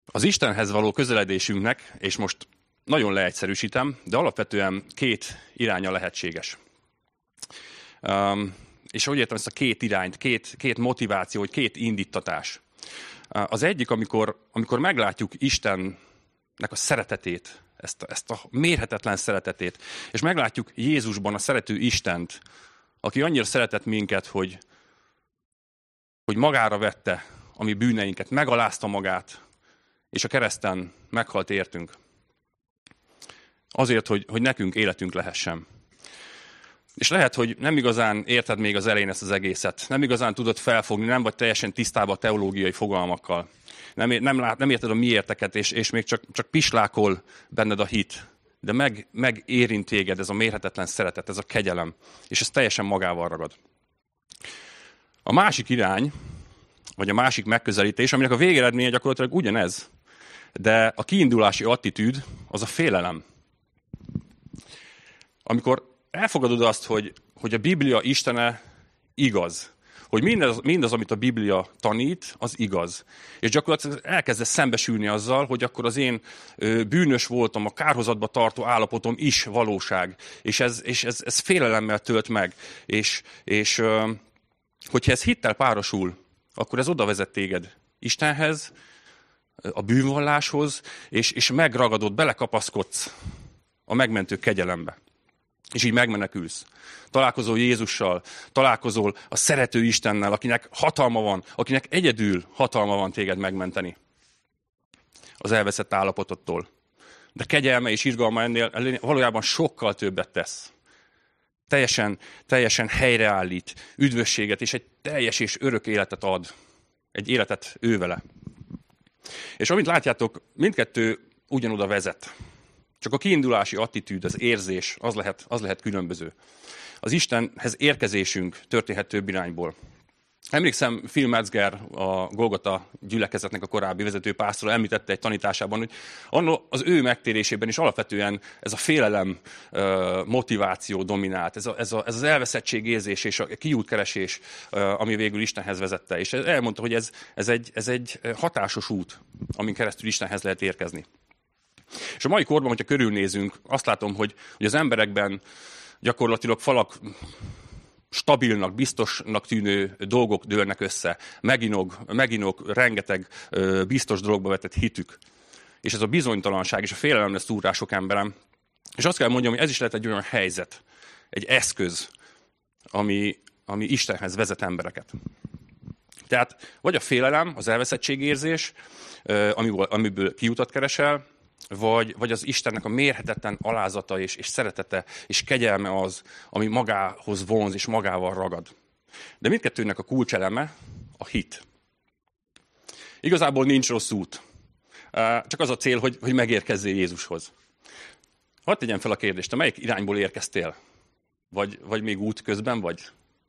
Az Istenhez való közeledésünknek, és most nagyon leegyszerűsítem, de alapvetően két iránya lehetséges. És hogy értem ezt a két irányt, két motiváció, vagy két indítatás. Az egyik, amikor meglátjuk Istennek a szeretetét, ezt a mérhetetlen szeretetét, és meglátjuk Jézusban a szerető Istent, aki annyira szeretett minket, hogy magára vette a mi bűneinket, megalázta magát, és a kereszten meghalt értünk. Azért, hogy nekünk életünk lehessen. És lehet, hogy nem igazán érted még az elején ezt az egészet. Nem igazán tudod felfogni, nem vagy teljesen tisztában a teológiai fogalmakkal. Nem érted a miérteket, és még csak pislákol benned a hit. De megérint téged ez a mérhetetlen szeretet, ez a kegyelem. És ez teljesen magával ragad. A másik irány, vagy a másik megközelítés, aminek a végeredménye gyakorlatilag ugyanez, de a kiindulási attitűd az a félelem. Amikor elfogadod azt, hogy a Biblia Istene igaz, hogy mindaz, amit a Biblia tanít, az igaz. És gyakorlatilag elkezdesz szembesülni azzal, hogy akkor az én bűnös voltam, a kárhozatba tartó állapotom is valóság. És ez félelemmel tölt meg. És hogyha ez hittel párosul, akkor ez oda vezet téged Istenhez, a bűnvalláshoz, és megragadod, belekapaszkodsz a megmentő kegyelembe. És így megmenekülsz. Találkozol Jézussal, találkozol a szerető Istennel, akinek hatalma van, akinek egyedül hatalma van téged megmenteni az elveszett állapotodtól. De kegyelme és irgalma ennél valójában sokkal többet tesz. Teljesen helyreállít, üdvösséget, és egy teljes és örök életet ad. Egy életet ő vele. És amint látjátok, mindkettő ugyanoda vezet. Csak a kiindulási attitűd, az érzés, az lehet különböző. Az Istenhez érkezésünk történhet több irányból. Emlékszem, Phil Metzger, a Golgota gyülekezetnek a korábbi vezetőpásztora említette egy tanításában, hogy anno az ő megtérésében is alapvetően ez a félelem motiváció dominált, ez az elveszettség érzés és a kiútkeresés, ami végül Istenhez vezette. És elmondta, hogy ez egy hatásos út, amin keresztül Istenhez lehet érkezni. És a mai korban, hogyha körülnézünk, azt látom, hogy az emberekben gyakorlatilag falak stabilnak, biztosnak tűnő dolgok dőlnek össze. Meginog rengeteg biztos dologba vetett hitük. És ez a bizonytalanság és a félelem lesz túl rá sok emberem. És azt kell mondjam, hogy ez is lehet egy olyan helyzet, egy eszköz, ami Istenhez vezet embereket. Tehát vagy a félelem, az elveszettségérzés, amiből kiutat keresel, vagy az Istennek a mérhetetlen alázata és szeretete és kegyelme az, ami magához vonz és magával ragad. De mindkettőnek a kulcseleme a hit. Igazából nincs rossz út. Csak az a cél, hogy megérkezzél Jézushoz. Hadd tegyem fel a kérdést, te melyik irányból érkeztél? Vagy még út közben vagy?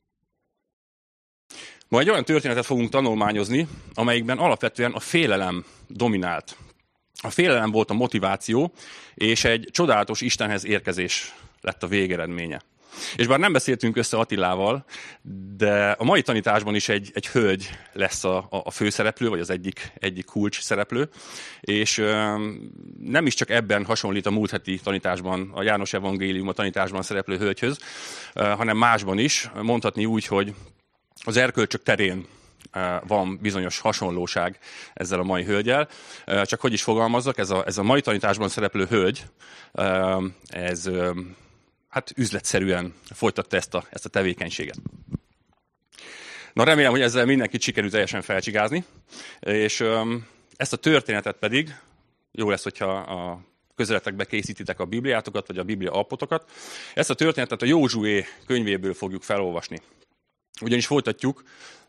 Ma egy olyan történetet fogunk tanulmányozni, amelyikben alapvetően a félelem dominált. A félelem volt a motiváció, és egy csodálatos Istenhez érkezés lett a végeredménye. És bár nem beszéltünk össze Attilával, de a mai tanításban is egy hölgy lesz a főszereplő, vagy az egyik kulcs szereplő, és nem is csak ebben hasonlít a múlt heti tanításban, a János evangélium a tanításban szereplő hölgyhöz, hanem másban is, mondhatni úgy, hogy az erkölcsök terén van bizonyos hasonlóság ezzel a mai hölgyel. Csak hogy is fogalmazzak, ez a mai tanításban szereplő hölgy, ez üzletszerűen folytatta ezt a tevékenységet. Na, remélem, hogy ezzel mindenkit sikerült teljesen felcsigázni, és ezt a történetet pedig jó lesz, hogyha a közeletekbe készítitek a Bibliátokat, vagy a Biblia appotokat. Ezt a történetet a Józsué könyvéből fogjuk felolvasni. Ugyanis folytatjuk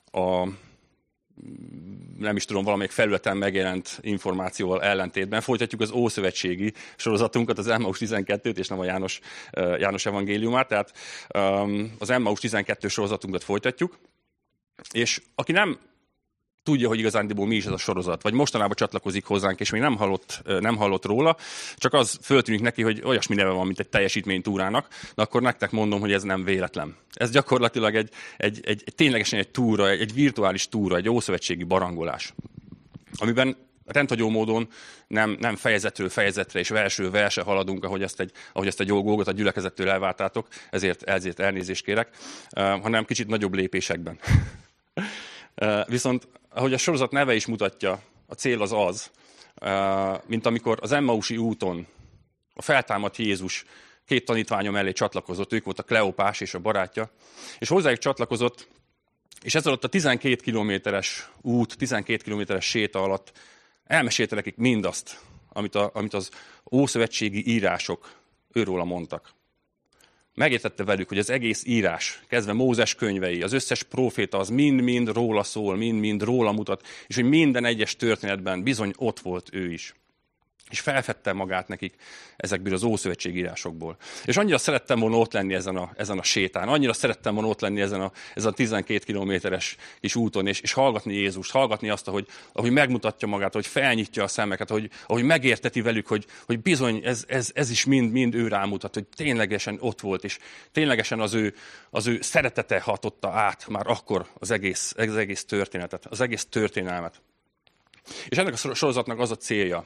nem is tudom, valamelyik felületen megjelent információval ellentétben. Folytatjuk az ószövetségi sorozatunkat, az Emmaus 12-t, és nem a János evangéliumát, tehát az Emmaus 12 sorozatunkat folytatjuk. És aki nem tudja, hogy igazándiból mi is ez a sorozat, vagy mostanában csatlakozik hozzánk, és még nem hallott róla, csak az föltűnik neki, hogy olyasmi neve van, mint egy teljesítménytúrának, de akkor nektek mondom, hogy ez nem véletlen. Ez gyakorlatilag ténylegesen egy túra, egy virtuális túra, egy ószövetségi barangolás, amiben rendhagyó módon nem fejezetről fejezetre és versről versre haladunk, ahogy ezt egy jó Golgota gyülekezettől elvártátok, ezért elnézést kérek, hanem kicsit nagyobb lépésekben. Viszont, ahogy a sorozat neve is mutatja, a cél az, mint amikor az Emmausi úton a feltámadt Jézus 2 tanítványa mellé csatlakozott, ők voltak Kleopás és a barátja, és hozzájuk csatlakozott, és ez alatt a 12 kilométeres út, 12 kilométeres séta alatt elmesélte nekik mindazt, amit az ószövetségi írások őróla mondtak. Megértette velük, hogy az egész írás, kezdve Mózes könyvei, az összes próféta, az mind-mind róla szól, mind-mind róla mutat, és hogy minden egyes történetben bizony ott volt ő is. És felfedte magát nekik ezekből az ószövetségi írásokból. És annyira szerettem volna ott lenni ezen a sétán, annyira szerettem volna ott lenni ezen a 12 kilométeres kis úton, és hallgatni Jézust, hallgatni azt, ahogy megmutatja magát, hogy felnyitja a szemeket, ahogy megérteti velük, hogy bizony ez is mind ő rámutat, hogy ténylegesen ott volt, és ténylegesen az ő szeretete hatotta át már akkor az egész történetet, az egész történelmet. És ennek a sorozatnak az a célja,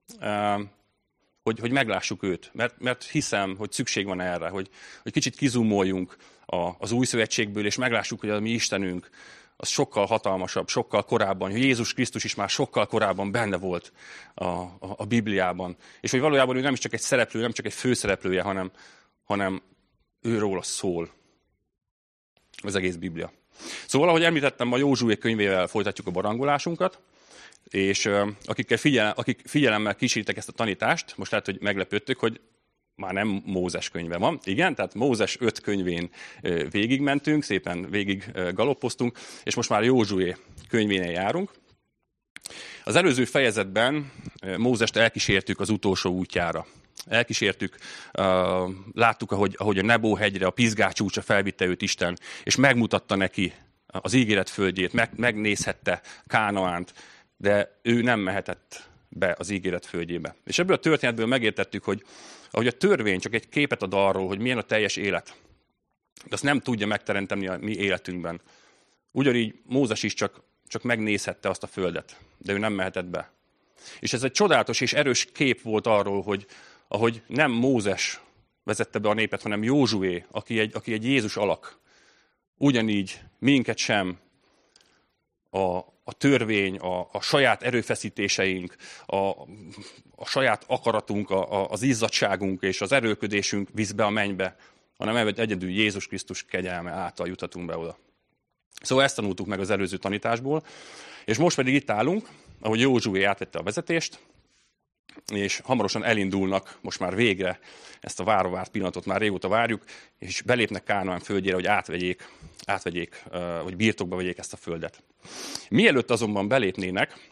hogy meglássuk őt, mert hiszem, hogy szükség van erre, hogy kicsit kizumoljunk az új szövetségből, és meglássuk, hogy a mi Istenünk az sokkal hatalmasabb, sokkal korábban, hogy Jézus Krisztus is már sokkal korábban benne volt a Bibliában. És hogy valójában ő nem is csak egy szereplő, nem csak egy főszereplője, hanem őróla szól az egész Biblia. Szóval, ahogy említettem, a Józsué könyvével folytatjuk a barangolásunkat, és akik figyelemmel kísértek ezt a tanítást, most lehet, hogy meglepődtök, hogy már nem Mózes könyve van. Igen, tehát Mózes 5 könyvén végigmentünk, szépen végig galoppoztunk, és most már Józsué könyvénél járunk. Az előző fejezetben Mózest elkísértük az utolsó útjára. Elkísértük, láttuk, ahogy a Nebó hegyre, a Pizgá csúcsra felvitte őt Isten, és megmutatta neki az ígéret földjét, megnézhette Kánaánt, de ő nem mehetett be az ígéret földjébe. És ebből a történetből megértettük, hogy ahogy a törvény csak egy képet ad arról, hogy milyen a teljes élet, de azt nem tudja megteremteni a mi életünkben. Ugyanígy Mózes is csak megnézhette azt a földet, de ő nem mehetett be. És ez egy csodálatos és erős kép volt arról, hogy ahogy nem Mózes vezette be a népet, hanem Józsué, aki egy Jézus alak, ugyanígy minket sem a törvény, a saját erőfeszítéseink, a saját akaratunk, az izzadságunk és az erőködésünk visz be a mennybe, hanem egyedül Jézus Krisztus kegyelme által juthatunk be oda. Szóval ezt tanultuk meg az előző tanításból, és most pedig itt állunk, ahogy Józsué átvette a vezetést, és hamarosan elindulnak, most már végre ezt a várva várt pillanatot már régóta várjuk, és belépnek Kánaán földjére, hogy átvegyék, vagy birtokba vegyék ezt a földet. Mielőtt azonban belépnének,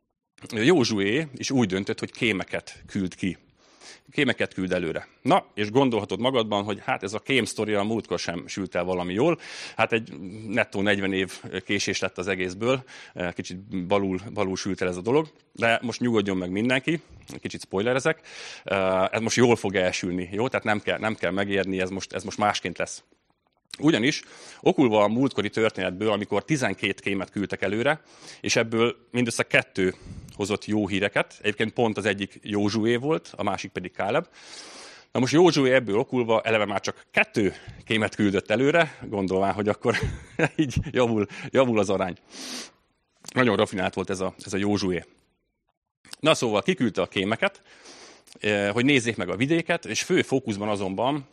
Józsué is úgy döntött, hogy kémeket küld ki. Kémeket küld előre. Na, és gondolhatod magadban, hogy hát ez a kém sztori a múltkor sem sült el valami jól. Hát egy nettó 40 év késés lett az egészből. Kicsit balul sült el ez a dolog. De most nyugodjon meg mindenki. Kicsit spoilerezek. Ez most jól fog elsülni, jó? Tehát nem kell megérni, ez most másként lesz. Ugyanis, okulva a múltkori történetből, amikor 12 kémet küldtek előre, és ebből mindössze 2 hozott jó híreket. Egyébként pont az egyik Józsué volt, a másik pedig Káleb. Na most Józsué ebből okulva eleve már csak 2 kémet küldött előre, gondolván, hogy akkor így javul az arány. Nagyon rafinált volt ez a Józsué. Na szóval kiküldte a kémeket, hogy nézzék meg a vidéket, és fő fókuszban azonban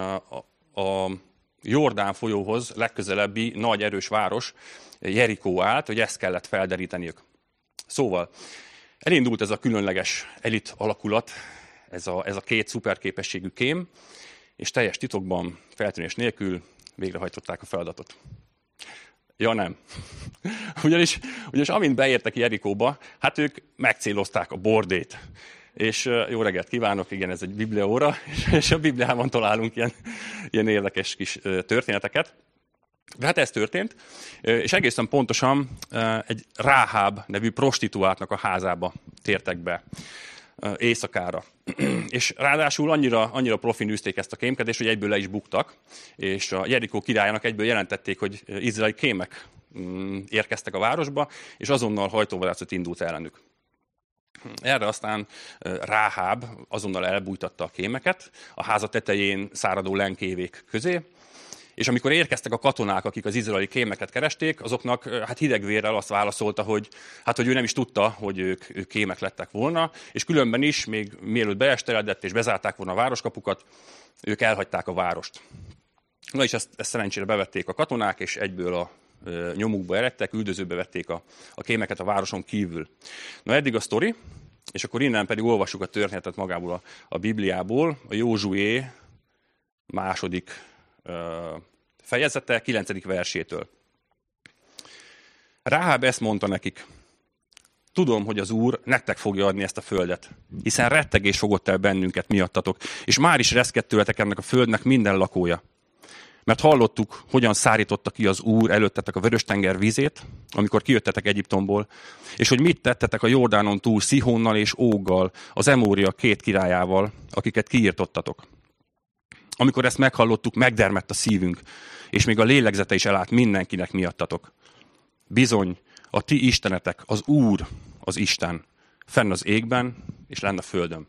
a Jordán folyóhoz legközelebbi nagy erős város, Jerikó állt, hogy ezt kellett felderíteniük. Szóval elindult ez a különleges elit alakulat, ez a 2 szuperképességű kém, és teljes titokban, feltűnés nélkül végrehajtották a feladatot. Ja nem. Ugyanis amint beértek Jerikóba, hát ők megcélozták a bordét. És jó reggelt kívánok, igen, ez egy bibliaóra, és a Bibliában találunk ilyen érdekes kis történeteket. De hát ez történt, és egészen pontosan egy Ráháb nevű prostituáltnak a házába tértek be éjszakára. És ráadásul annyira profin űzték ezt a kémkedést, hogy egyből le is buktak, és a Jerikó királyának egyből jelentették, hogy izraeli kémek érkeztek a városba, és azonnal hajtóvadászat indult ellenük. Erre aztán Ráháb azonnal elbújtatta a kémeket a háza tetején száradó lenkévék közé, és amikor érkeztek a katonák, akik az izraeli kémeket keresték, azoknak hát hidegvérrel azt válaszolta, hogy ő nem is tudta, hogy ők kémek lettek volna, és különben is, még mielőtt beesteledett és bezárták volna a városkapukat, ők elhagyták a várost. Na és ezt szerencsére bevették a katonák, és egyből a nyomukba eredtek, üldözőbe vették a kémeket a városon kívül. Na eddig a sztori, és akkor innen pedig olvassuk a történetet magából a Bibliából, a Józsué második fejezete, 9. versétől. Ráháb ezt mondta nekik: tudom, hogy az Úr nektek fogja adni ezt a földet, hiszen rettegés fogott el bennünket miattatok, és már is reszket tőletek ennek a földnek minden lakója. Mert hallottuk, hogyan szárította ki az Úr előttetek a Vörös-tenger vízét, amikor kijöttetek Egyiptomból, és hogy mit tettetek a Jordánon túl Szihónnal és Óggal, az Emóriak 2 királyával, akiket kiirtottatok. Amikor ezt meghallottuk, megdermedt a szívünk, és még a lélegzete is elállt mindenkinek miattatok. Bizony, a ti istenetek, az Úr az Isten, fenn az égben és lenn a földön.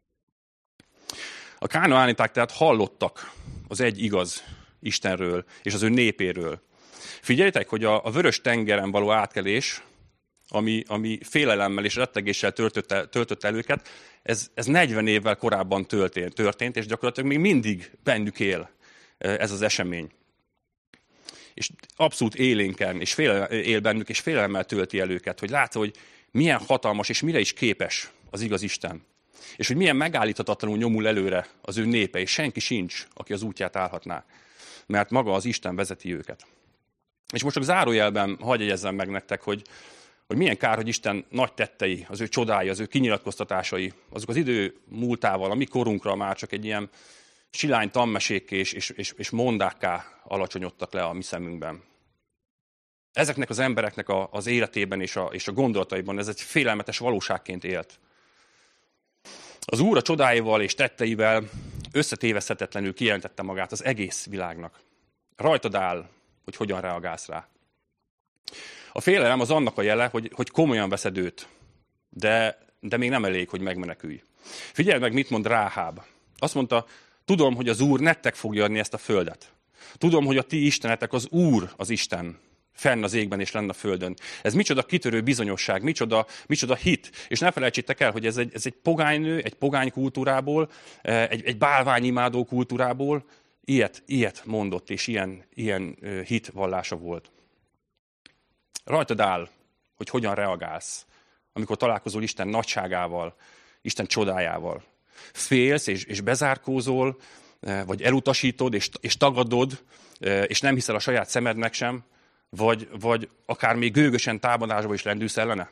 A kánaániták tehát hallottak az egy igaz Istenről és az ő népéről. Figyeljétek, hogy a Vörös-tengeren való átkelés, ami félelemmel és rettegéssel töltötte el őket, ez 40 évvel korábban történt, és gyakorlatilag még mindig bennük él ez az esemény. És abszolút élénken és él bennük, és félelemmel tölti el őket, hogy látja, hogy milyen hatalmas és mire is képes az igaz Isten. És hogy milyen megállíthatatlanul nyomul előre az ő népe, és senki sincs, aki az útját állhatná. Mert maga az Isten vezeti őket. És most csak zárójelben hadd jegyezzem meg nektek, hogy milyen kár, hogy Isten nagy tettei, az ő csodái, az ő kinyilatkoztatásai, azok az idő múltával, a mi korunkra már csak egy ilyen silány tanmesékké és mondákká alacsonyodtak le a mi szemünkben. Ezeknek az embereknek az életében és a gondolataiban ez egy félelmetes valóságként élt. Az Úr a csodáival és tetteivel összetéveszthetetlenül kijelentette magát az egész világnak. Rajtad áll, hogy hogyan reagálsz rá. A félelem az annak a jele, hogy komolyan veszed őt, de még nem elég, hogy megmenekülj. Figyeld meg, mit mond Ráháb. Azt mondta: tudom, hogy az Úr nektek fogja adni ezt a földet. Tudom, hogy a ti istenetek, az Úr az Isten, fenn az égben és lenn a földön. Ez micsoda kitörő bizonyosság, micsoda hit. És ne felejtsétek el, hogy ez egy pogánynő, egy pogány kultúrából, egy bálványimádó kultúrából ilyet mondott, és ilyen hitvallása volt. Rajtad áll, hogy hogyan reagálsz, amikor találkozol Isten nagyságával, Isten csodájával. Félsz és bezárkózol, vagy elutasítod és tagadod, és nem hiszel a saját szemednek sem, vagy akár még gőgösen támadásba is lendülsz ellene?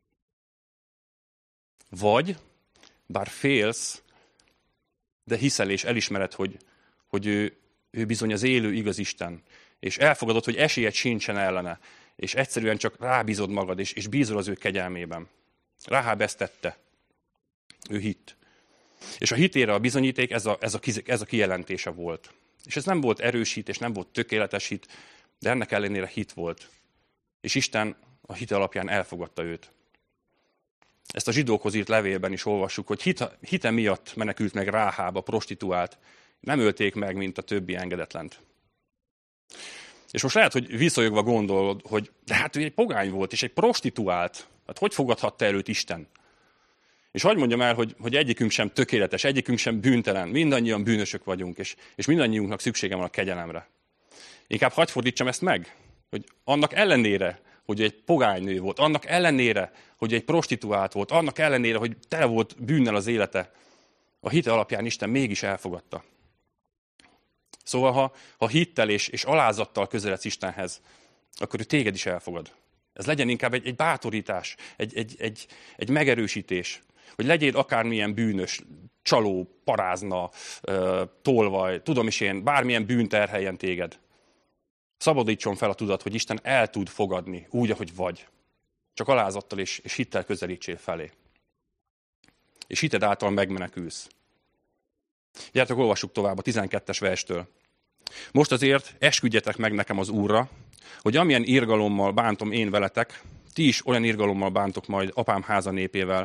Vagy, bár félsz, de hiszel és elismered, hogy ő bizony az élő igaz Isten, és elfogadod, hogy esélyed sincsen ellene, és egyszerűen csak rábízod magad, és bízol az ő kegyelmében. Ráháb ezt tette. Ő hitt. És a hitére a bizonyíték ez a kijelentése volt. És ez nem volt erős hit, és nem volt tökéletes hit, de ennek ellenére hit volt. És Isten a hite alapján elfogadta őt. Ezt a zsidókhoz írt levélben is olvassuk, hogy hite miatt menekült meg Ráháb, a prostituált. Nem ölték meg, mint a többi engedetlent. És most lehet, hogy visszajogva gondolod, hogy de hát ő egy pogány volt, és egy prostituált. Hát hogy fogadhatta el őt Isten? És hadd mondjam el, hogy egyikünk sem tökéletes, egyikünk sem bűntelen. Mindannyian bűnösök vagyunk, és mindannyiunknak szüksége van a kegyelemre. Inkább hadd fordítsam ezt meg, hogy annak ellenére, hogy egy pogánynő volt, annak ellenére, hogy egy prostituált volt, annak ellenére, hogy tele volt bűnnel az élete, a hite alapján Isten mégis elfogadta. Szóval, ha hittel és alázattal közeledsz Istenhez, akkor ő téged is elfogad. Ez legyen inkább egy bátorítás, egy megerősítés, hogy legyél akármilyen bűnös, csaló, parázna, tolvaj, tudom is én, bármilyen bűn terheljen téged. Szabadítson fel a tudat, hogy Isten el tud fogadni úgy, ahogy vagy. Csak alázattal és hittel közelítsél felé. És hited által megmenekülsz. Gyertek, olvassuk tovább a 12-es verstől. Most azért esküdjetek meg nekem az Úrra, hogy amilyen irgalommal bántom én veletek, ti is olyan irgalommal bántok majd apám háza népével,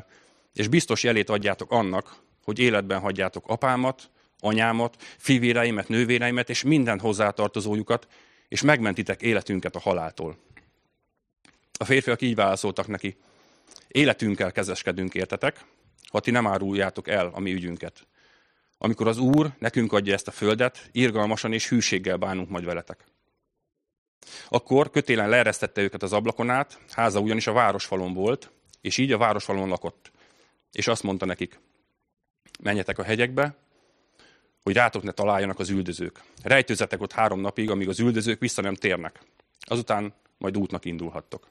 és biztos jelét adjátok annak, hogy életben hagyjátok apámat, anyámat, fivéreimet, nővéreimet, és minden hozzátartozójukat, és megmentitek életünket a haláltól. A férfiak így válaszoltak neki: életünkkel kezeskedünk, értetek, ha ti nem áruljátok el a mi ügyünket. Amikor az Úr nekünk adja ezt a földet, irgalmasan és hűséggel bánunk majd veletek. Akkor kötélen leeresztette őket az ablakon át, háza ugyanis a városfalon volt, és így a városfalon lakott. És azt mondta nekik: menjetek a hegyekbe, hogy rátok ne találjanak az üldözők. Rejtőzzetek ott 3 napig, amíg az üldözők vissza nem térnek. Azután majd útnak indulhattok.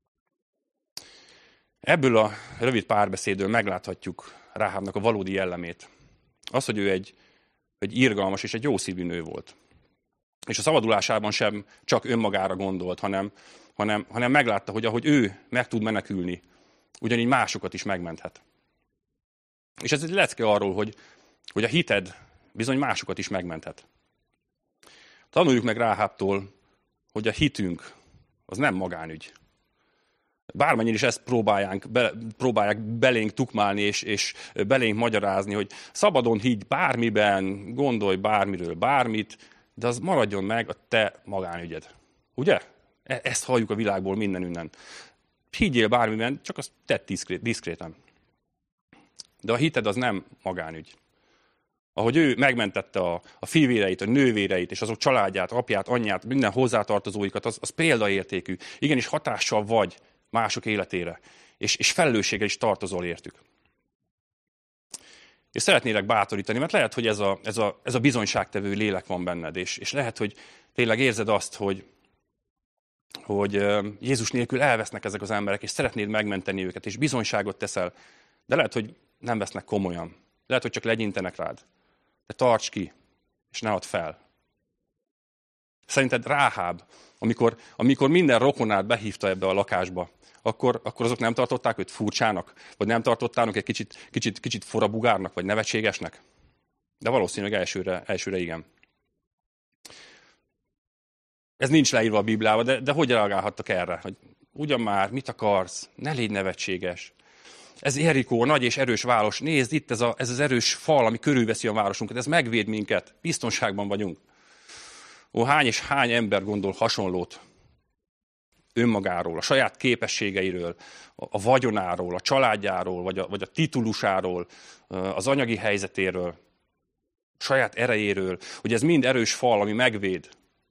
Ebből a rövid párbeszédből megláthatjuk Ráhábnak a valódi jellemét. Az, hogy ő egy irgalmas és egy jószívű nő volt. És a szabadulásában sem csak önmagára gondolt, hanem meglátta, hogy ahogy ő meg tud menekülni, ugyanígy másokat is megmenthet. És ez egy lecke arról, hogy a hited bizony másokat is megmenthet. Tanuljuk meg Ráhábtól, hogy a hitünk az nem magánügy. Bármennyire is ezt próbálják belénk tukmálni, és belénk magyarázni, hogy szabadon higgy bármiben, gondolj bármiről bármit, de az maradjon meg a te magánügyed. Ugye? Ezt halljuk a világból mindenünnen. Higgyél bármiben, csak azt tedd diszkréten. De a hited az nem magánügy. Ahogy ő megmentette a fivéreit, a nővéreit, és azok családját, apját, anyját, minden hozzátartozóikat, az példaértékű. Igenis hatással vagy mások életére, és felelősséggel is tartozol értük. És szeretnélek bátorítani, mert lehet, hogy ez a bizonyságtevő lélek van benned, és lehet, hogy tényleg érzed azt, hogy Jézus nélkül elvesznek ezek az emberek, és szeretnéd megmenteni őket, és bizonyságot teszel, de lehet, hogy nem vesznek komolyan. Lehet, hogy csak legyintenek rád. De tarts ki, és ne add fel. Szerinted Ráháb, amikor minden rokonát behívta ebbe a lakásba, akkor azok nem tartották őt furcsának? Vagy nem tartottának egy kicsit forabugárnak, vagy nevetségesnek? De valószínűleg elsőre igen. Ez nincs leírva a Bibliában, de hogy reagálhattak erre? Hogy ugyan már, mit akarsz? Ne légy nevetséges. Ez Jerikó, nagy és erős város. Nézd, itt ez az erős fal, ami körülveszi a városunkat. Ez megvéd minket. Biztonságban vagyunk. Ó, hány és hány ember gondol hasonlót önmagáról, a saját képességeiről, a vagyonáról, a családjáról, vagy a titulusáról, az anyagi helyzetéről, a saját erejéről, hogy ez mind erős fal, ami megvéd.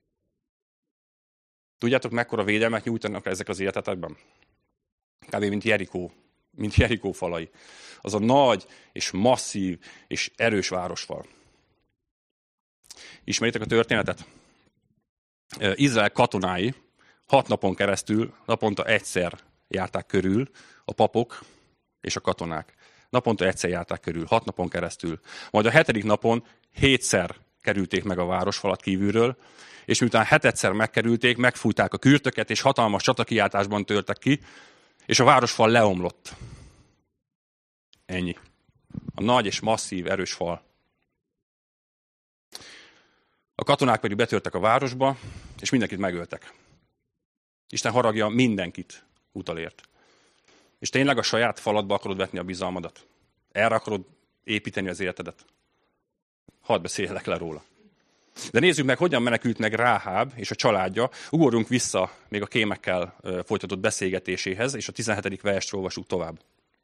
Tudjátok, mekkora védelmet nyújtanak ezek az életetekben? Kb. mint Jerikó falai. Az a nagy és masszív és erős városfal. Ismeritek a történetet? Izrael katonái 6 napon keresztül, naponta egyszer járták körül a papok és a katonák. Naponta egyszer járták körül, 6 napon keresztül. Majd a 7. napon 7-szer kerülték meg a városfalat kívülről, és miután 7-szer megkerülték, megfújták a kürtöket, és hatalmas csatakiáltásban törtek ki, és a városfal leomlott. Ennyi. A nagy és masszív, erős fal. A katonák pedig betörtek a városba, és mindenkit megöltek. Isten haragja mindenkit utalért. És tényleg a saját faladba akarod vetni a bizalmadat? Erre akarod építeni az életedet? Hadd beszéljelek le róla. De nézzük meg, hogyan menekült meg Ráháb és a családja. Ugorjunk vissza még a kémekkel folytatott beszélgetéséhez, és a 17. verst olvassuk tovább.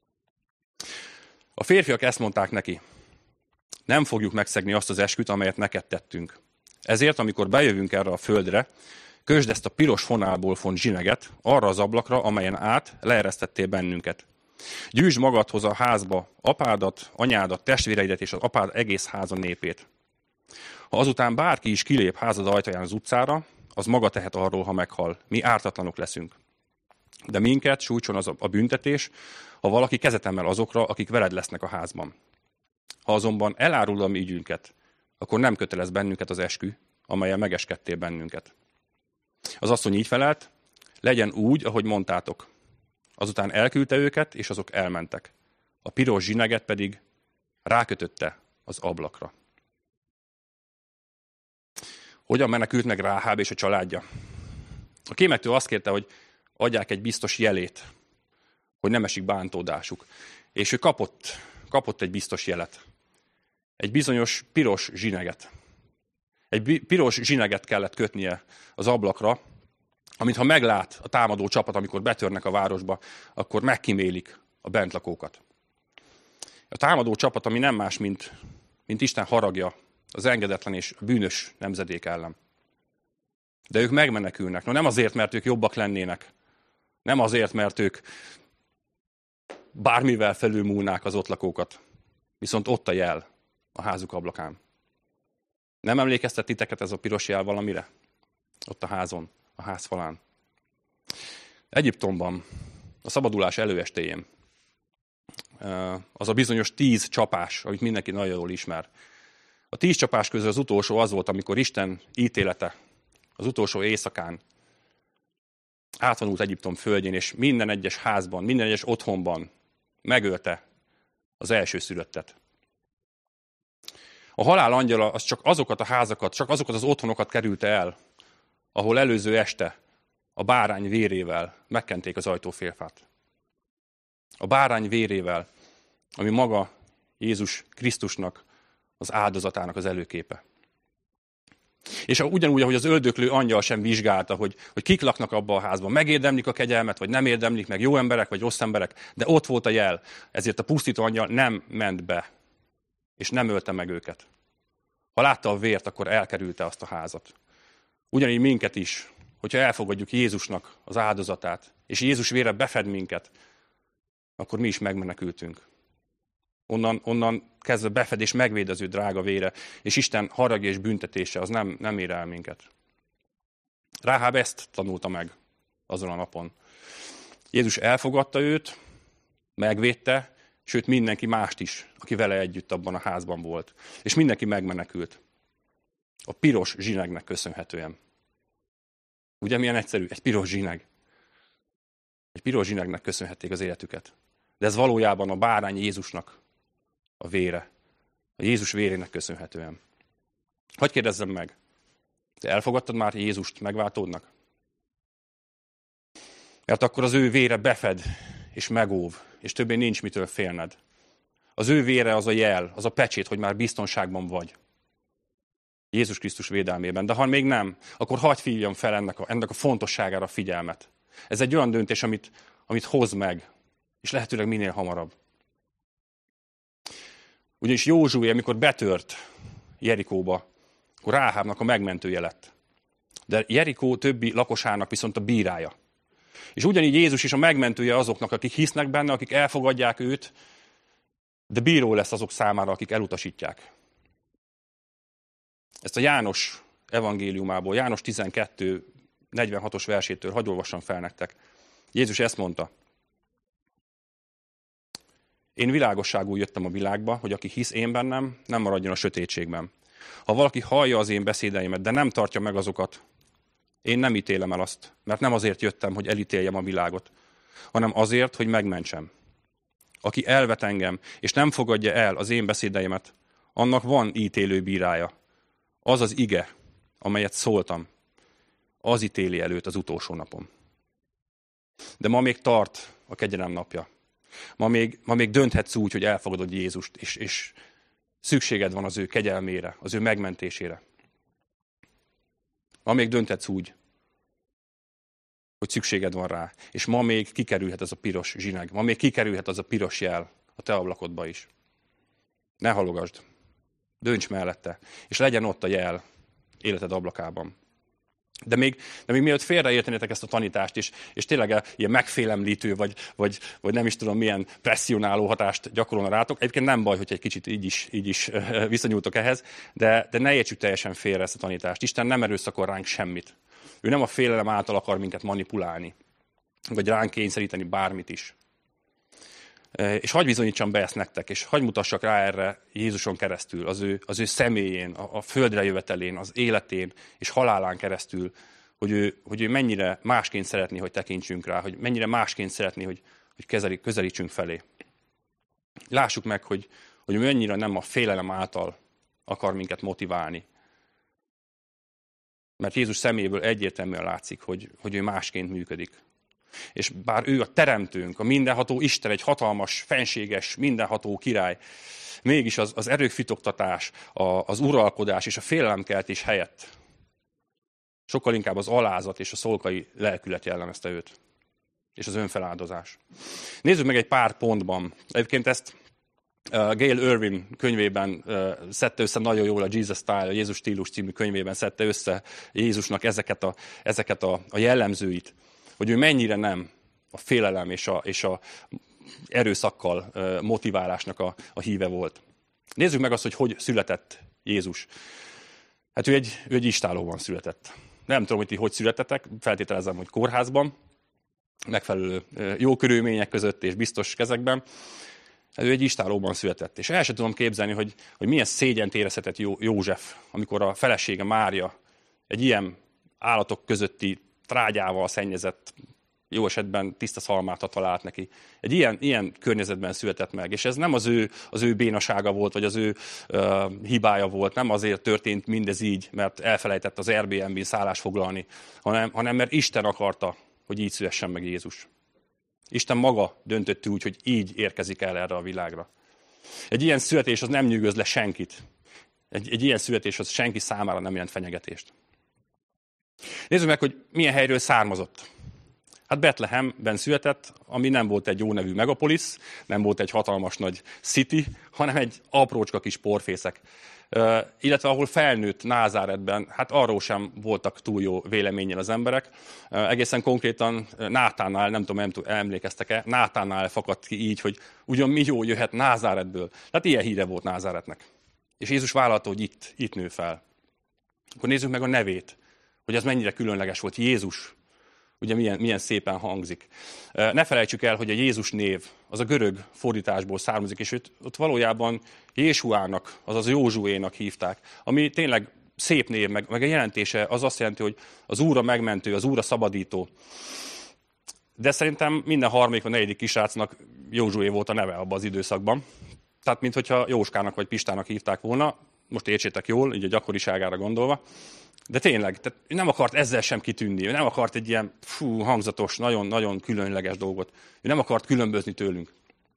A férfiak ezt mondták neki: nem fogjuk megszegni azt az esküt, amelyet neked tettünk. Ezért, amikor bejövünk erre a földre, kösd ezt a piros fonálból font zsineget arra az ablakra, amelyen át leeresztettél bennünket. Gyűjtsd magadhoz a házba apádat, anyádat, testvéreidet és az apád egész háza népét. Ha azután bárki is kilép házad ajtaján az utcára, az maga tehet arról, ha meghal. Mi ártatlanok leszünk. De minket sújtson az a büntetés, ha valaki kezet emel azokra, akik veled lesznek a házban. Ha azonban elárul a mi ügyünket, akkor nem kötelez bennünket az eskü, amellyel megeskedtél bennünket. Az asszony így felelt: legyen úgy, ahogy mondtátok. Azután elküldte őket, és azok elmentek. A piros zsineget pedig rákötötte az ablakra. Hogyan menekült meg Ráháb és a családja? A kémektől azt kérte, hogy adják egy biztos jelét, hogy nem esik bántódásuk. és ő kapott egy biztos jelet. Egy bizonyos piros zsineget. Egy piros zsineget kellett kötnie az ablakra, amit ha meglát a támadó csapat, amikor betörnek a városba, akkor megkímélik a bentlakókat. A támadó csapat, ami nem más, mint Isten haragja az engedetlen és bűnös nemzedék ellen. De ők megmenekülnek. No, nem azért, mert ők jobbak lennének. Nem azért, mert ők bármivel felülmúlnák az ott lakókat. Viszont ott a jel a házuk ablakán. Nem emlékeztet titeket ez a piros jel valamire? Ott a házon, a ház falán. Egyiptomban, a szabadulás előestéjén, az a bizonyos 10 csapás, amit mindenki nagyon jól ismer. A 10 csapás közül az utolsó az volt, amikor Isten ítélete az utolsó éjszakán átvonult Egyiptom földjén, és minden egyes házban, minden egyes otthonban megölte az elsőszülöttet. A halál angyala az csak azokat a házakat, csak azokat az otthonokat kerülte el, ahol előző este a bárány vérével megkenték az ajtófélfát. A bárány vérével, ami maga Jézus Krisztusnak, az áldozatának az előképe. És ugyanúgy, ahogy az öldöklő angyal sem vizsgálta, hogy kik laknak abban a házban, megérdemlik a kegyelmet, vagy nem érdemlik meg, jó emberek, vagy rossz emberek, de ott volt a jel, ezért a pusztító angyal nem ment be, és nem ölte meg őket. Ha látta a vért, akkor elkerülte azt a házat. Ugyanígy minket is, hogyha elfogadjuk Jézusnak az áldozatát, és Jézus vére befed minket, akkor mi is megmenekültünk. Onnan kezdve befed és megvéd az ő drága vére, és Isten haragja és büntetése, az nem ér el minket. Ráháb ezt tanulta meg azon a napon. Jézus elfogadta őt, megvédte, sőt mindenki mást is, aki vele együtt abban a házban volt. És mindenki megmenekült. A piros zsinegnek köszönhetően. Ugye milyen egyszerű? Egy piros zsineg. Egy piros zsinegnek köszönhették az életüket. De ez valójában a bárány Jézusnak a vére. A Jézus vérének köszönhetően. Hadd kérdezzem meg, te elfogadtad már Jézust megváltódnak? Mert akkor az ő vére befed és megóv, és többé nincs mitől félned. Az ő vére az a jel, az a pecsét, hogy már biztonságban vagy. Jézus Krisztus védelmében. De ha még nem, akkor hadd hívjam fel ennek a fontosságára a figyelmet. Ez egy olyan döntés, amit hoz meg, és lehetőleg minél hamarabb. Ugyanis Józsué, amikor betört Jerikóba, akkor Ráhábnak a megmentője lett. De Jerikó többi lakosának viszont a bírája. És ugyanígy Jézus is a megmentője azoknak, akik hisznek benne, akik elfogadják őt, de bíró lesz azok számára, akik elutasítják. Ezt a János evangéliumából, János 12, 46-os versétől hadd olvassam fel nektek. Jézus ezt mondta. Én világosságú jöttem a világba, hogy aki hisz én bennem, nem maradjon a sötétségben. Ha valaki hallja az én beszédeimet, de nem tartja meg azokat, én nem ítélem el azt, mert nem azért jöttem, hogy elítéljem a világot, hanem azért, hogy megmentsem. Aki elvet engem, és nem fogadja el az én beszédeimet, annak van ítélő bírája. Az az ige, amelyet szóltam, az ítéli előtt az utolsó napon. De ma még tart a kegyelem napja. Ma még dönthetsz úgy, hogy elfogadod Jézust, és szükséged van az ő kegyelmére, az ő megmentésére. Ma még dönthetsz úgy, hogy szükséged van rá. És ma még kikerülhet ez a piros zsineg. Ma még kikerülhet az a piros jel a te ablakodba is. Ne halogasd. Dönts mellette. És legyen ott a jel életed ablakában. De még mielőtt félreértenétek ezt a tanítást, és tényleg ilyen megfélemlítő, vagy nem is tudom milyen presszionáló hatást gyakorolna rátok, egyébként nem baj, hogy egy kicsit így is viszonyultok ehhez, de ne értsük teljesen félre ezt a tanítást. Isten nem erőszakol ránk semmit. Ő nem a félelem által akar minket manipulálni, vagy ránk kényszeríteni bármit is. És hadd bizonyítsam be ezt nektek, és hadd mutassak rá erre Jézuson keresztül, az ő személyén, a földre jövetelén, az életén és halálán keresztül, hogy ő mennyire másként szeretné, hogy tekintsünk rá, hogy mennyire másként szeretné, hogy közelítsünk felé. Lássuk meg, hogy mennyire nem a félelem által akar minket motiválni. Mert Jézus szeméből egyértelműen látszik, hogy ő másként működik. És bár ő a teremtőnk, a mindenható Isten, egy hatalmas, fenséges, mindenható király, mégis az erőfitoktatás, az uralkodás és a félelemkeltés helyett sokkal inkább az alázat és a szolgai lelkület jellemezte őt. És az önfeláldozás. Nézzük meg egy pár pontban. Egyébként ezt Gail Irwin könyvében szedte össze nagyon jól, a Jesus Style, a Jézus stílus című könyvében szedte össze Jézusnak ezeket a jellemzőit, hogy ő mennyire nem a félelem és a erőszakkal motiválásnak a híve volt. Nézzük meg azt, hogy született Jézus. Hát ő egy istállóban született. Nem tudom, hogy ti hogy születetek, feltételezem, hogy kórházban, megfelelő jó körülmények között és biztos kezekben. Ő egy istállóban született. És el sem tudom képzelni, hogy milyen szégyent érezhetett József, amikor a felesége Mária egy ilyen állatok közötti trágyával szennyezett, jó esetben tiszta szalmát talált neki. Egy ilyen környezetben született meg. És ez nem az ő bénasága volt, vagy az ő hibája volt, nem azért történt mindez így, mert elfelejtett az Airbnb-n szállást foglalni, hanem mert Isten akarta, hogy így szülessen meg Jézus. Isten maga döntötte úgy, hogy így érkezik el erre a világra. Egy ilyen születés az nem nyűgöz le senkit. Egy ilyen születés az senki számára nem jelent fenyegetést. Nézzük meg, hogy milyen helyről származott. Hát Betlehemben született, ami nem volt egy jó nevű megapolisz, nem volt egy hatalmas nagy city, hanem egy aprócska kis porfészek. Illetve ahol felnőtt Názáretben, hát arról sem voltak túl jó véleménnyel az emberek. Egészen konkrétan Nátánál, nem tudom, emlékeztek-e, Nátánál fakadt ki így, hogy ugyan mi jó jöhet Názáretből. Tehát ilyen híre volt Názáretnek. És Jézus vállalta, hogy itt nő fel. Akkor nézzük meg a nevét, hogy az mennyire különleges volt. Jézus. Ugye milyen szépen hangzik. Ne felejtsük el, hogy a Jézus név az a görög fordításból származik, és ott valójában Jésuának, azaz Józsuénak hívták, ami tényleg szép név, meg a jelentése az azt jelenti, hogy az Úr a megmentő, az Úr a szabadító. De szerintem minden harmadik vagy negyedik kisrácnak Józsué volt a neve abban az időszakban. Tehát, minthogyha Jóskának vagy Pistának hívták volna, most értsétek jól, így a gyakoriságára gondolva. De tényleg, tehát ő nem akart ezzel sem kitűnni, ő nem akart egy ilyen hangzatos, nagyon-nagyon különleges dolgot. Ő nem akart különbözni tőlünk.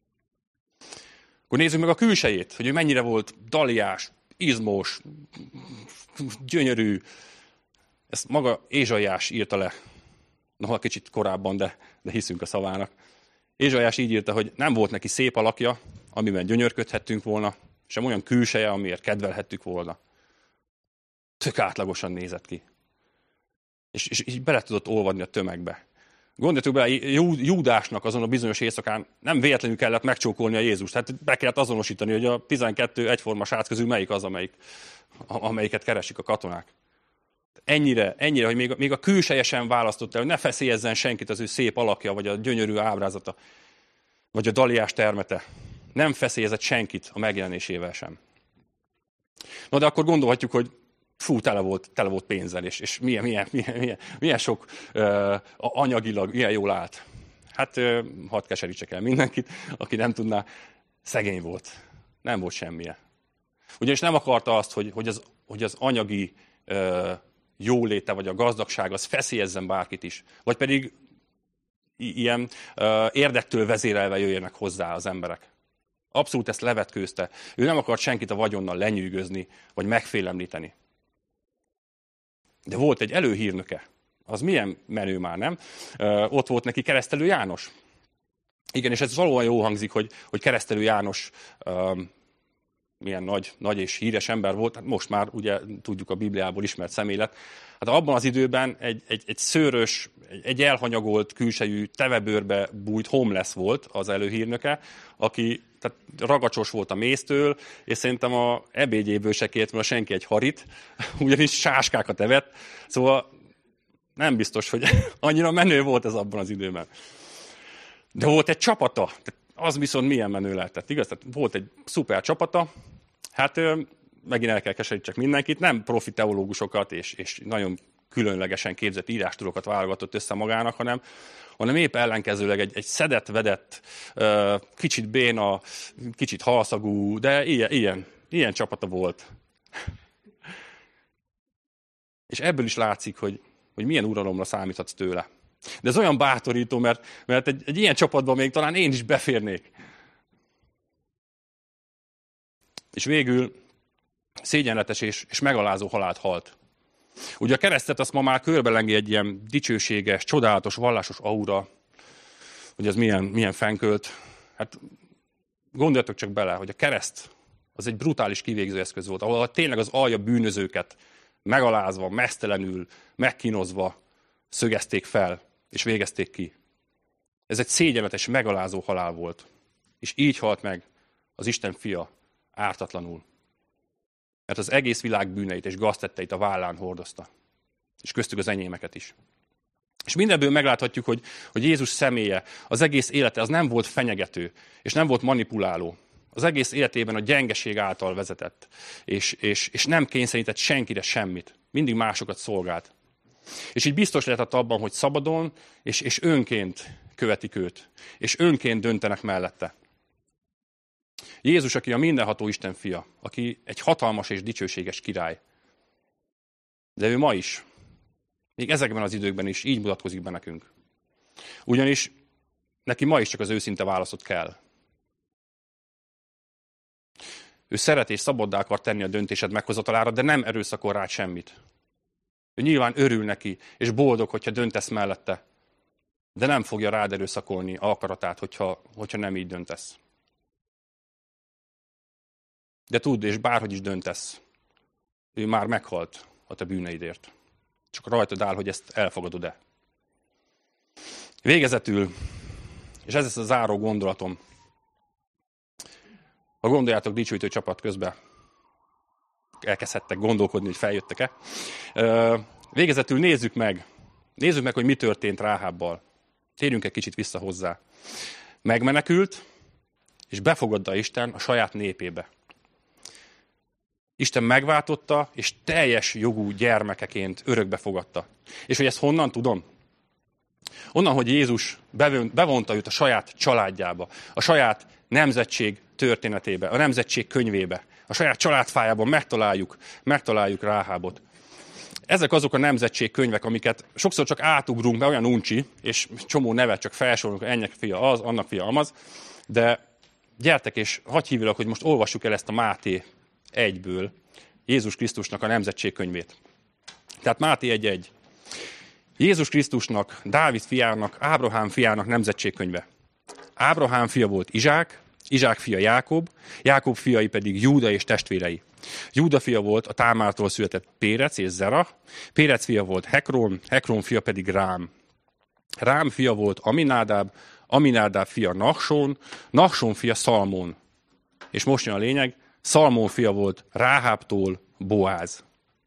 Akkor nézzük meg a külsejét, hogy ő mennyire volt daliás, izmos, gyönyörű. Ezt maga Ézsaiás írta le. Noha kicsit korábban, de hiszünk a szavának. Ézsaiás így írta, hogy nem volt neki szép alakja, amiben gyönyörködhettünk volna, sem olyan külseje, amiért kedvelhettük volna. Tök átlagosan nézett ki. És így bele tudott olvadni a tömegbe. Gondoljatok bele, Júdásnak azon a bizonyos éjszakán nem véletlenül kellett megcsókolni a Jézust. Hát be kellett azonosítani, hogy a 12 egyforma srác közül melyik az, amelyiket keresik a katonák. Ennyire, hogy még a külseje sem választott el, hogy ne feszélyezzen senkit az ő szép alakja, vagy a gyönyörű ábrázata, vagy a daliás termete. Nem feszélyezett senkit a megjelenésével sem. Na de akkor gondolhatjuk, hogy tele volt pénzzel, és milyen sok anyagilag, milyen jól állt. Hát hadd keserítsek el mindenkit, aki nem tudná, szegény volt. Nem volt semmije. Ugyanis nem akarta azt, hogy az anyagi jóléte, vagy a gazdagság az feszélyezzen bárkit is. Vagy pedig ilyen érdektől vezérelve jöjjenek hozzá az emberek. Abszolút ezt levetkőzte. Ő nem akart senkit a vagyonnal lenyűgözni, vagy megfélemlíteni. De volt egy előhírnöke. Az milyen menő már, nem? Ott volt neki Keresztelő János. Igen, és ez valóban jó hangzik, hogy Keresztelő János milyen nagy és híres ember volt. Hát most már ugye tudjuk a Bibliából ismert személylet. Hát abban az időben egy szőrös, egy elhanyagolt külsejű tevebőrbe bújt homeless volt az előhírnöke, aki tehát ragacsos volt a méztől, és szerintem a ebédjéből se kért volna senki egy harit, ugyanis sáskákat evett. Szóval nem biztos, hogy annyira menő volt ez abban az időben. De volt egy csapata, az viszont milyen menő lehetett, igaz? Tehát volt egy szuper csapata, hát megint el kell keserítsek mindenkit, nem profi teológusokat és nagyon különlegesen képzett írástudókat válogatott össze magának, hanem épp ellenkezőleg egy szedett-vedett, kicsit béna, kicsit halszagú, de ilyen csapata volt. És ebből is látszik, hogy milyen uralomra számíthatsz tőle. De ez olyan bátorító, mert egy ilyen csapatban még talán én is beférnék. És végül szégyenletes és megalázó halált halt. Ugye a keresztet azt ma már körbelengi egy ilyen dicsőséges, csodálatos, vallásos aura, hogy ez milyen fenkölt. Hát gondoljatok csak bele, hogy a kereszt az egy brutális kivégző eszköz volt, ahol tényleg az alja bűnözőket megalázva, meztelenül, megkínozva szögezték fel, és végezték ki. Ez egy szégyenletes, megalázó halál volt. És így halt meg az Isten fia ártatlanul. Mert az egész világ bűneit és gaztetteit a vállán hordozta. És köztük az enyémeket is. És mindebből megláthatjuk, hogy Jézus személye, az egész élete az nem volt fenyegető, és nem volt manipuláló. Az egész életében a gyengeség által vezetett, és nem kényszerített senkire semmit. Mindig másokat szolgált. És így biztos lehetett abban, hogy szabadon és önként követik őt, és önként döntenek mellette. Jézus, aki a mindenható Isten fia, aki egy hatalmas és dicsőséges király. De ő ma is, még ezekben az időkben is így mutatkozik be nekünk. Ugyanis neki ma is csak az őszinte válaszot kell. Ő szeret és szabaddá akar tenni a döntésed meghozatalára, de nem erőszakol rád semmit. Ő nyilván örül neki, és boldog, hogyha döntesz mellette, de nem fogja rád erőszakolni akaratát, hogyha nem így döntesz. De tudd, és bárhogy is döntesz, ő már meghalt a te bűneidért. Csak rajtad áll, hogy ezt elfogadod-e. Végezetül, és ez lesz a záró gondolatom, ha gondoljátok, dicsőítő csapat közben elkezdhettek gondolkodni, hogy feljöttek-e. Végezetül nézzük meg, hogy mi történt Ráhábbal. Térjünk egy kicsit vissza hozzá. Megmenekült, és befogadta Isten a saját népébe. Isten megváltotta, és teljes jogú gyermekeként örökbe fogadta. És hogy ezt honnan tudom? Onnan, hogy Jézus bevonta őt a saját családjába, a saját nemzetség történetébe, a nemzetség könyvébe, a saját családfájában megtaláljuk Ráhábot. Ezek azok a nemzetség könyvek, amiket sokszor csak átugrunk be, olyan uncsi, és csomó nevet csak felsorolunk, ennek fia az, annak fia amaz, de gyertek és hadd hívjalak, hogy most olvassuk el ezt a Máté 1-ből, Jézus Krisztusnak a nemzetség könyvét. Tehát Máté 1.1. Jézus Krisztusnak, Dávid fiának, Ábrahám fiának nemzetségkönyve. Ábrahám fia volt Izsák, Izsák fia Jákob, Jákob fiai pedig Júda és testvérei. Júda fia volt a Támártól született Pérec és Zera, Pérec fia volt Hekron, Hekron fia pedig Rám. Rám fia volt Aminádáb, Aminádáb fia Nachson, Nachson fia Szalmon. És most jön a lényeg, Szalmon fia volt Ráhábtól Boáz.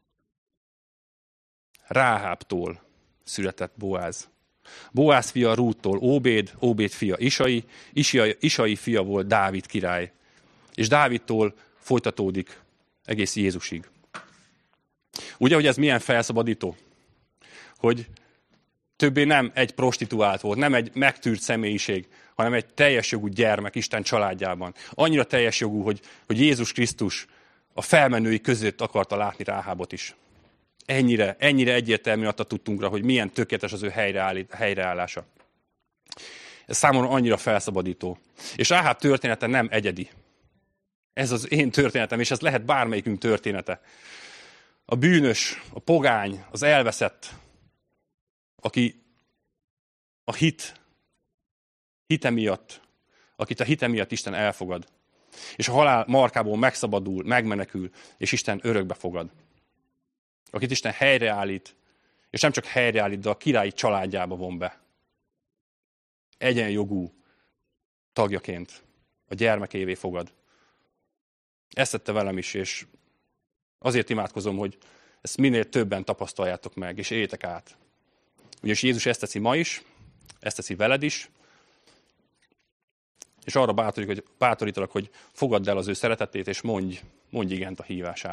Ráhábtól született Boáz. Boáz fia Rúttól Óbéd, Óbéd fia Isai, Isai fia volt Dávid király. És Dávidtól folytatódik egész Jézusig. Ugye, hogy ez milyen felszabadító? Hogy többé nem egy prostituált volt, nem egy megtűrt személyiség, hanem egy teljes jogú gyermek Isten családjában. Annyira teljes jogú, hogy Jézus Krisztus a felmenői között akarta látni Ráhábot is. Ennyire egyértelmű adta tudtunkra, hogy milyen tökéletes az ő helyreállása. Ez számomra annyira felszabadító. És Ráháb története nem egyedi. Ez az én történetem, és ez lehet bármelyikünk története. A bűnös, a pogány, az elveszett, aki a hite miatt, akit a hite miatt Isten elfogad. És a halál markából megszabadul, megmenekül, és Isten örökbe fogad. Akit Isten helyreállít, és nem csak helyreállít, de a királyi családjába von be. Egyenjogú tagjaként a gyermekévé fogad. Ezt tette velem is, és azért imádkozom, hogy ezt minél többen tapasztaljátok meg, és éljétek át. Ugyanis Jézus ezt teszi ma is, ezt teszi veled is, és arra bátorítalak, hogy fogadd el az ő szeretetét, és mondj igent a hívására.